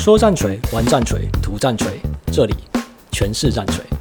说战锤，玩战锤，图战锤，这里全是战锤。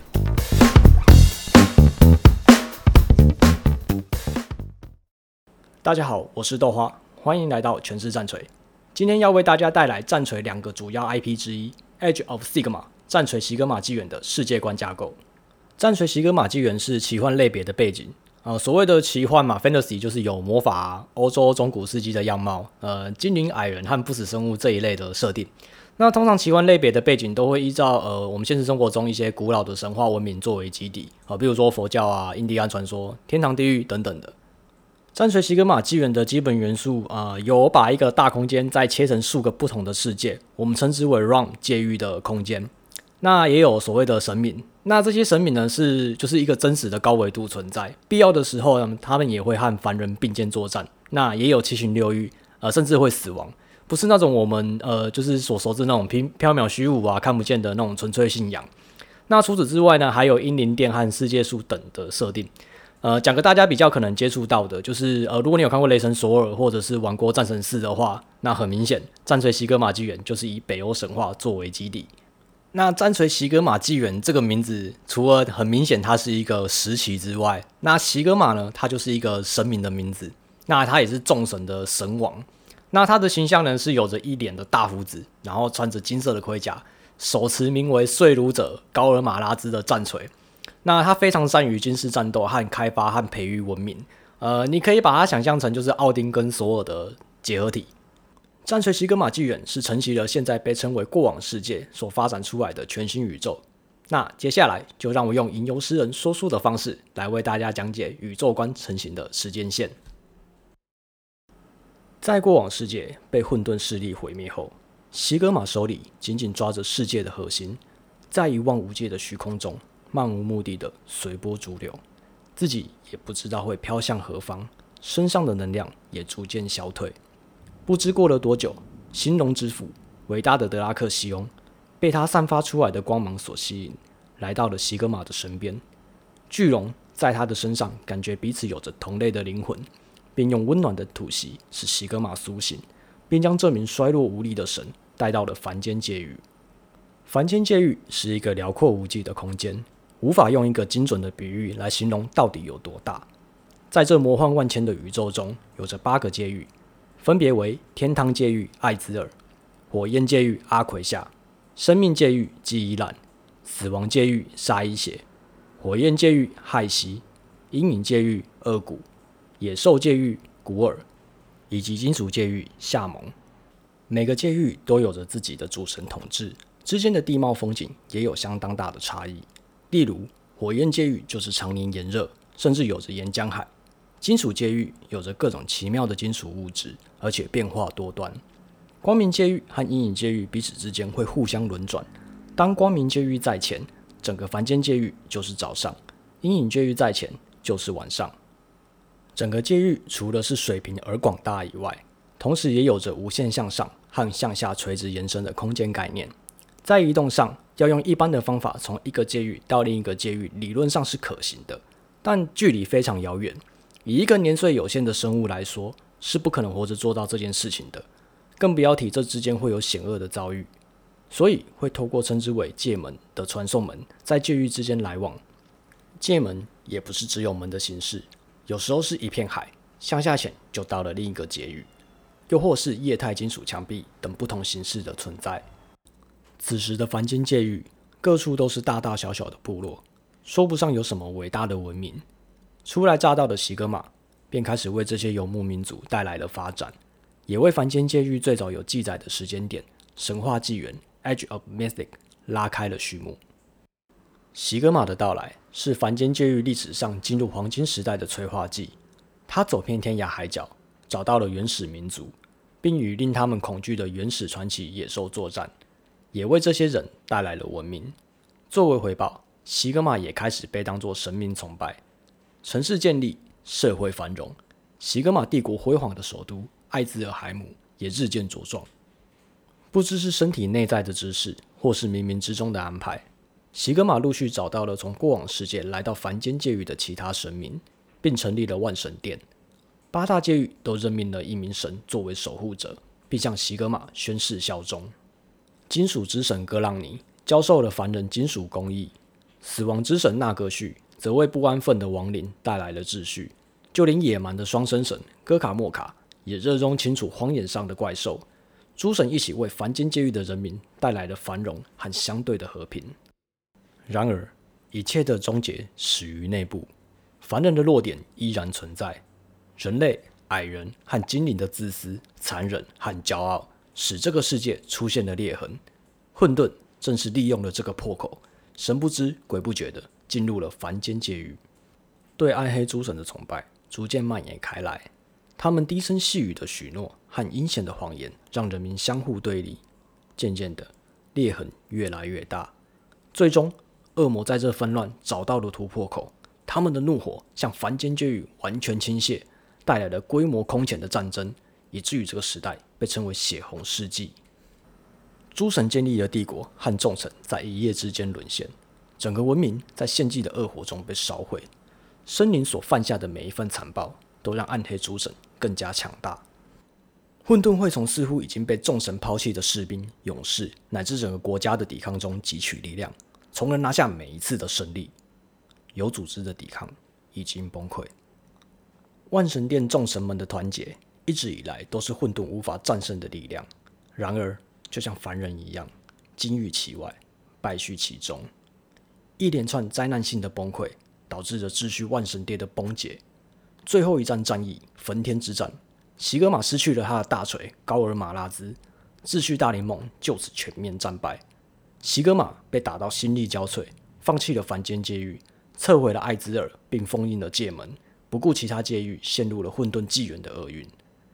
大家好，我是豆花，欢迎来到全是战锤。今天要为大家带来战锤两个主要 IP 之一 Age of Sigmar 战锤席格玛纪元的世界观架构。战锤席格玛纪元是奇幻类别的背景，所谓的奇幻嘛 ，Fantasy 就是有魔法、欧洲中古世纪的样貌，精灵、矮人和不死生物这一类的设定。那通常奇幻类别的背景都会依照我们现实生活中一些古老的神话文明作为基底，比如说佛教啊、印第安传说、天堂、地狱等等的。战锤席格玛纪元的基本元素有把一个大空间再切成数个不同的世界，我们称之为 realm 界域的空间。那也有所谓的神明，那这些神明呢就是一个真实的高维度存在，必要的时候呢，他们也会和凡人并肩作战。那也有七情六欲，甚至会死亡，不是那种我们就是所熟知那种缥缈虚无啊看不见的那种纯粹信仰。那除此之外呢，还有英灵殿和世界树等的设定。讲个大家比较可能接触到的，就是如果你有看过雷神索尔或者是玩过战神4的话，那很明显，战锤席格玛纪元就是以北欧神话作为基底。那战锤席格玛纪元这个名字，除了很明显它是一个时期之外，那席格玛呢，它就是一个神明的名字，那它也是众神的神王。那他的形象呢是有着一脸的大胡子，然后穿着金色的盔甲，手持名为碎卢者高尔马拉兹的战锤。那他非常善于军事战斗和开发和培育文明，你可以把它想象成就是奥丁跟索尔的结合体。战锤席格玛纪元是承袭了现在被称为过往世界所发展出来的全新宇宙。那接下来就让我用吟游诗人说书的方式来为大家讲解宇宙观成型的时间线。在过往世界被混沌势力毁灭后，席格玛手里紧紧抓着世界的核心，在一望无际的虚空中漫无目的的随波逐流，自己也不知道会飘向何方，身上的能量也逐渐消退。不知过了多久，兴隆之父伟大的德拉克西翁被他散发出来的光芒所吸引，来到了席格玛的身边。巨龙在他的身上感觉彼此有着同类的灵魂，并用温暖的吐息使席格玛苏醒，并将这名衰弱无力的神带到了凡间界域。凡间界域是一个辽阔无际的空间，无法用一个精准的比喻来形容到底有多大。在这魔幻万千的宇宙中，有着8个界域，分别为天堂界域艾兹尔、火焰界域阿奎夏、生命界域基伊兰、死亡界域沙伊血、火焰界域亥西、阴影界域厄古、野兽界域古尔，以及金属界域夏蒙。每个界域都有着自己的主神统治，之间的地貌风景也有相当大的差异。例如，火焰界域就是常年炎热，甚至有着岩浆海；金属界域有着各种奇妙的金属物质，而且变化多端。光明界域和阴影界域彼此之间会互相轮转。当光明界域在前，整个凡间界域就是早上；阴影界域在前，就是晚上。整个界域除了是水平而广大以外，同时也有着无限向上和向下垂直延伸的空间概念。在移动上，要用一般的方法从一个界域到另一个界域，理论上是可行的，但距离非常遥远。以一个年岁有限的生物来说，是不可能活着做到这件事情的，更不要提这之间会有险恶的遭遇。所以会透过称之为界门的传送门，在界域之间来往。界门也不是只有门的形式，有时候是一片海，向下潜就到了另一个界域，又或是液态金属墙壁等不同形式的存在。此时的凡间界域，各处都是大大小小的部落，说不上有什么伟大的文明。初来乍到的席格玛便开始为这些游牧民族带来了发展，也为凡间界域最早有记载的时间点神话纪元 Age of Mythic 拉开了序幕。席格玛的到来是凡间界域历史上进入黄金时代的催化剂。他走遍天涯海角，找到了原始民族，并与令他们恐惧的原始传奇野兽作战，也为这些人带来了文明。作为回报，席格玛也开始被当作神明崇拜。城市建立，社会繁荣，席格玛帝国辉煌的首都艾兹尔海姆也日渐茁壮。不知是身体内在的知识，或是冥冥之中的安排，席格玛陆续找到了从过往世界来到凡间界域的其他神明，并成立了万神殿。8大界域都任命了一名神作为守护者，并向席格玛宣誓效忠。 金属之神格朗尼教授了凡人金属工艺，死亡之神纳格绪则为不安分的亡灵带来了秩序。就连野蛮的双生神哥卡莫卡也热衷清除荒野上的怪兽。诸神一起为凡间界域的人民带来了繁荣和相对的和平。然而，一切的终结始于内部，凡人的弱点依然存在。人类、矮人和精灵的自私、残忍和骄傲，使这个世界出现了裂痕。混沌正是利用了这个破口，神不知鬼不觉地进入了凡间界域。对暗黑诸神的崇拜逐渐蔓延开来，他们低声细语的许诺和阴险的谎言让人民相互对立。渐渐的，裂痕越来越大，最终恶魔在这纷乱找到了突破口。他们的怒火向凡间界域完全倾泻，带来了规模空前的战争，以至于这个时代被称为血红世纪。诸神建立的帝国和众神在一夜之间沦陷，整个文明在献祭的恶火中被烧毁。生灵所犯下的每一份残暴，都让暗黑诸神更加强大。混沌会从似乎已经被众神抛弃的士兵、勇士乃至整个国家的抵抗中汲取力量，从而拿下每一次的胜利。有组织的抵抗已经崩溃。万神殿众神们的团结一直以来都是混沌无法战胜的力量，然而就像凡人一样，金玉其外，败絮其中。一连串灾难性的崩溃导致了秩序万神殿的崩解。最后一战战役焚天之战，席格玛失去了他的大锤高尔马拉兹，秩序大联盟就此全面战败。席格玛被打到心力交瘁，放弃了凡间界域，撤回了艾兹尔，并封印了界门，不顾其他界域，陷入了混沌纪元的厄运。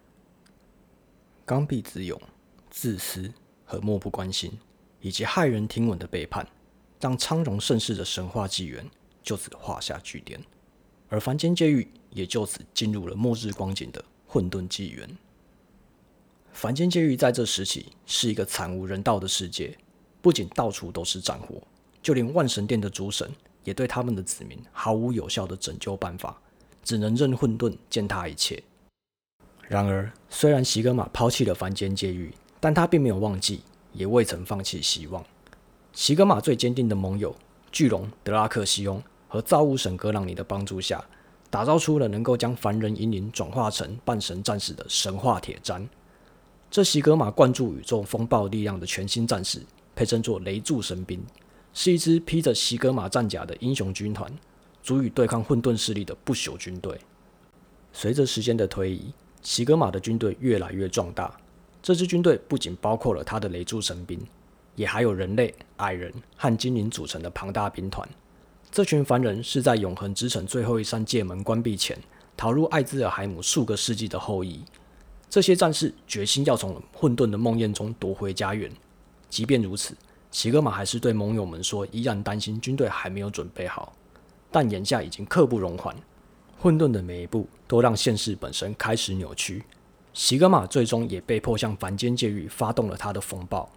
刚愎自用、自私和漠不关心，以及骇人听闻的背叛，让昌荣盛世的神话纪元就此画下句点，而凡间界域也就此进入了末日光景的混沌纪元。凡间界域在这时期是一个惨无人道的世界，不仅到处都是战火，就连万神殿的主神也对他们的子民毫无有效的拯救办法，只能任混沌践踏一切。然而，虽然席格玛抛弃了凡间界域，但他并没有忘记，也未曾放弃希望。席格玛最坚定的盟友巨龙德拉克西翁和造物神格朗尼的帮助下，打造出了能够将凡人阴灵转化成半神战士的神话铁砧。这席格玛灌注宇宙风暴力量的全新战士，配称作雷柱神兵，是一支披着席格玛战甲的英雄军团，足以对抗混沌势力的不朽军队。随着时间的推移，席格玛的军队越来越壮大。这支军队不仅包括了他的雷柱神兵，也还有人类、矮人和精灵组成的庞大兵团。这群凡人是在永恒之城最后一扇界门关闭前，逃入艾兹尔海姆数个世纪的后裔。这些战士决心要从混沌的梦魇中夺回家园。即便如此，席格玛还是对盟友们说，依然担心军队还没有准备好。但眼下已经刻不容缓，混沌的每一步都让现实本身开始扭曲。席格玛最终也被迫向凡间界域发动了他的风暴。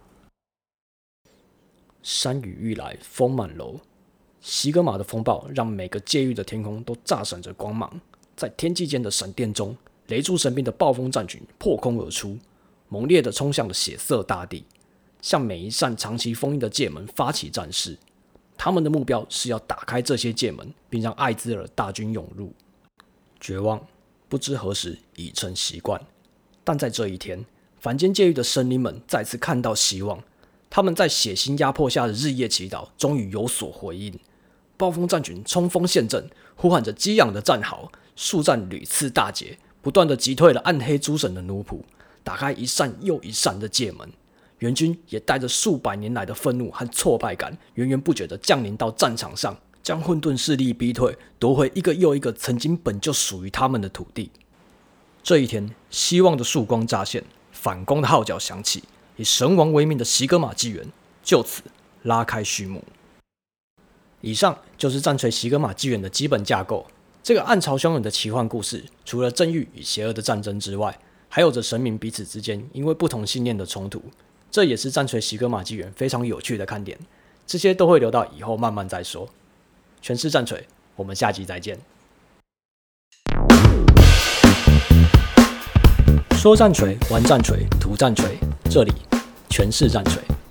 山雨欲来风满楼，席格玛的风暴让每个界域的天空都炸闪着光芒。在天际间的闪电中，雷柱神兵的暴风战群破空而出，猛烈地冲向了血色大地，向每一扇长期封印的界门发起战事。他们的目标是要打开这些界门，并让艾兹尔大军涌入。绝望不知何时已成习惯，但在这一天，凡间界域的生灵们再次看到希望。他们在血腥压迫下的日夜祈祷终于有所回应。暴风战群冲锋陷阵，呼喊着激昂的战嚎，数战屡次大捷，不断地击退了暗黑诸神的奴仆，打开一扇又一扇的界门。援军也带着数百年来的愤怒和挫败感，源源不绝地降临到战场上，将混沌势力逼退，夺回一个又一个曾经本就属于他们的土地。这一天，希望的曙光乍现，反攻的号角响起，以神王为名的席格玛纪元就此拉开序幕。以上就是战锤席格玛纪元的基本架构。这个暗潮汹涌的奇幻故事，除了正义与邪恶的战争之外，还有着神明彼此之间因为不同信念的冲突。这也是战锤席格玛纪元非常有趣的看点，这些都会留到以后慢慢再说。诠释战锤，我们下集再见。说战锤，玩战锤，图战锤，这里诠释战锤。